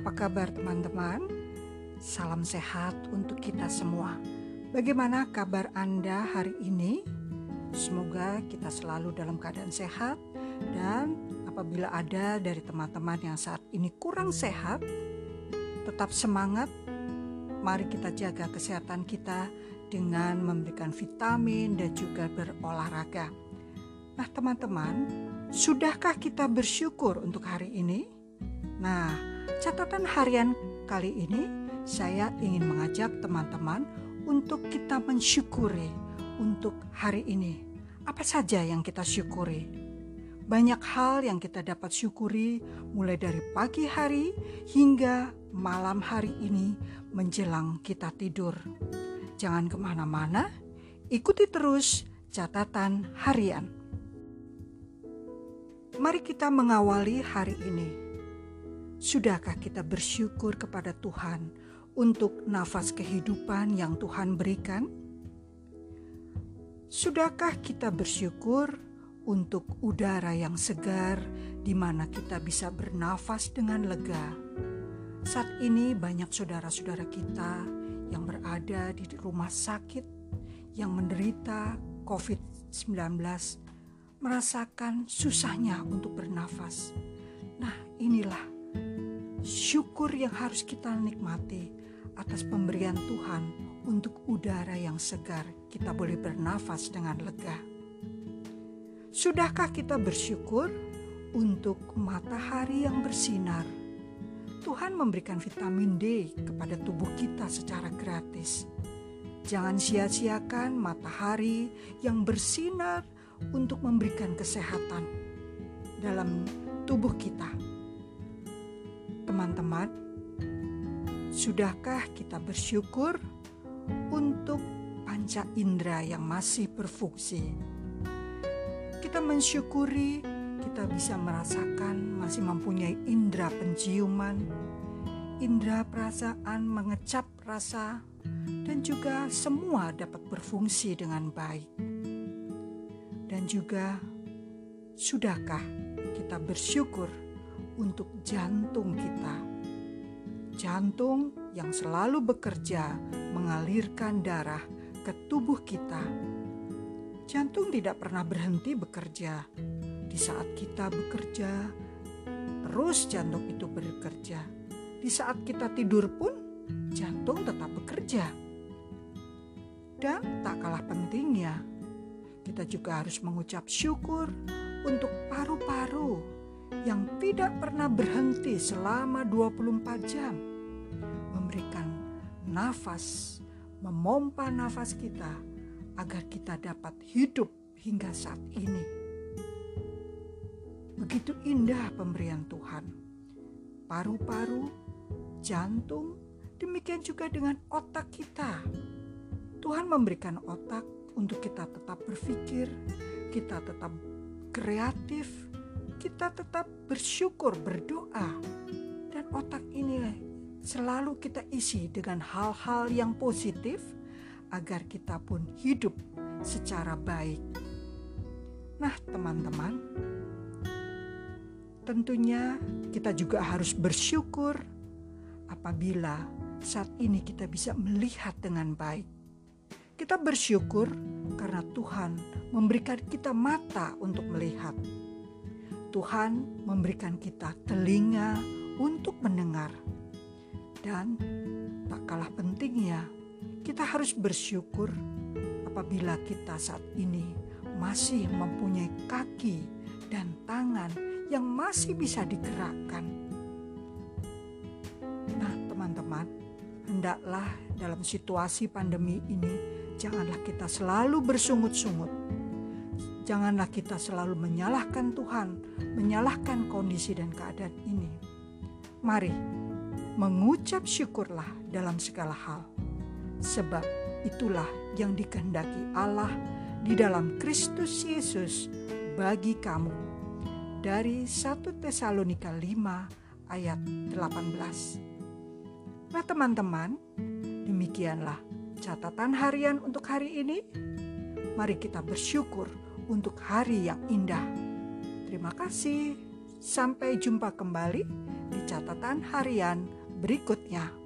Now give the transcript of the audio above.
Apa kabar teman-teman? Salam sehat untuk kita semua. Bagaimana kabar Anda hari ini? Semoga kita selalu dalam keadaan sehat, dan apabila ada dari teman-teman yang saat ini kurang sehat, tetap semangat. Mari kita jaga kesehatan kita dengan memberikan vitamin dan juga berolahraga. Nah teman-teman, sudahkah kita bersyukur untuk hari ini? Nah, catatan harian kali ini saya ingin mengajak teman-teman untuk kita mensyukuri untuk hari ini. Apa saja yang kita syukuri? Banyak hal yang kita dapat syukuri mulai dari pagi hari hingga malam hari ini menjelang kita tidur. Jangan kemana-mana, ikuti terus catatan harian. Mari kita mengawali hari ini. Sudahkah kita bersyukur kepada Tuhan untuk nafas kehidupan yang Tuhan berikan? Sudahkah kita bersyukur untuk udara yang segar di mana kita bisa bernafas dengan lega? Saat ini banyak saudara-saudara kita yang berada di rumah sakit yang menderita COVID-19 merasakan susahnya untuk bernafas. Nah, inilah syukur yang harus kita nikmati atas pemberian Tuhan untuk udara yang segar. Kita boleh bernafas dengan lega. Sudahkah kita bersyukur untuk matahari yang bersinar? Tuhan memberikan vitamin D kepada tubuh kita secara gratis. Jangan sia-siakan matahari yang bersinar untuk memberikan kesehatan dalam tubuh kita. Teman-teman, sudahkah kita bersyukur untuk panca indera yang masih berfungsi? Kita mensyukuri kita bisa merasakan masih mempunyai indera penciuman, indera perasaan, mengecap rasa, dan juga semua dapat berfungsi dengan baik. Dan juga, sudahkah kita bersyukur untuk jantung kita? Jantung yang selalu bekerja mengalirkan darah ke tubuh kita. Jantung tidak pernah berhenti bekerja. Di saat kita bekerja, terus jantung itu bekerja. Di saat kita tidur pun, jantung tetap bekerja. Dan tak kalah pentingnya, kita juga harus mengucap syukur untuk paru-paru yang tidak pernah berhenti selama 24 jam. Memberikan nafas, memompa nafas kita agar kita dapat hidup hingga saat ini. Begitu indah pemberian Tuhan. Paru-paru, jantung, demikian juga dengan otak kita. Tuhan memberikan otak untuk kita tetap berpikir, kita tetap kreatif, kita tetap bersyukur, berdoa. Dan otak ini selalu kita isi dengan hal-hal yang positif agar kita pun hidup secara baik. Nah, teman-teman, tentunya kita juga harus bersyukur apabila saat ini kita bisa melihat dengan baik. Kita bersyukur karena Tuhan memberikan kita mata untuk melihat. Tuhan memberikan kita telinga untuk mendengar. Dan tak kalah pentingnya, kita harus bersyukur apabila kita saat ini masih mempunyai kaki dan tangan yang masih bisa digerakkan. Nah, teman-teman, hendaklah dalam situasi pandemi ini janganlah kita selalu bersungut-sungut. Janganlah kita selalu menyalahkan Tuhan, menyalahkan kondisi dan keadaan ini. Mari mengucap syukurlah dalam segala hal, sebab itulah yang dikehendaki Allah di dalam Kristus Yesus bagi kamu. Dari 1 Tesalonika 5 ayat 18. Nah teman-teman, demikianlah catatan harian untuk hari ini. Mari kita bersyukur untuk hari yang indah. Terima kasih. Sampai jumpa kembali di catatan harian berikutnya.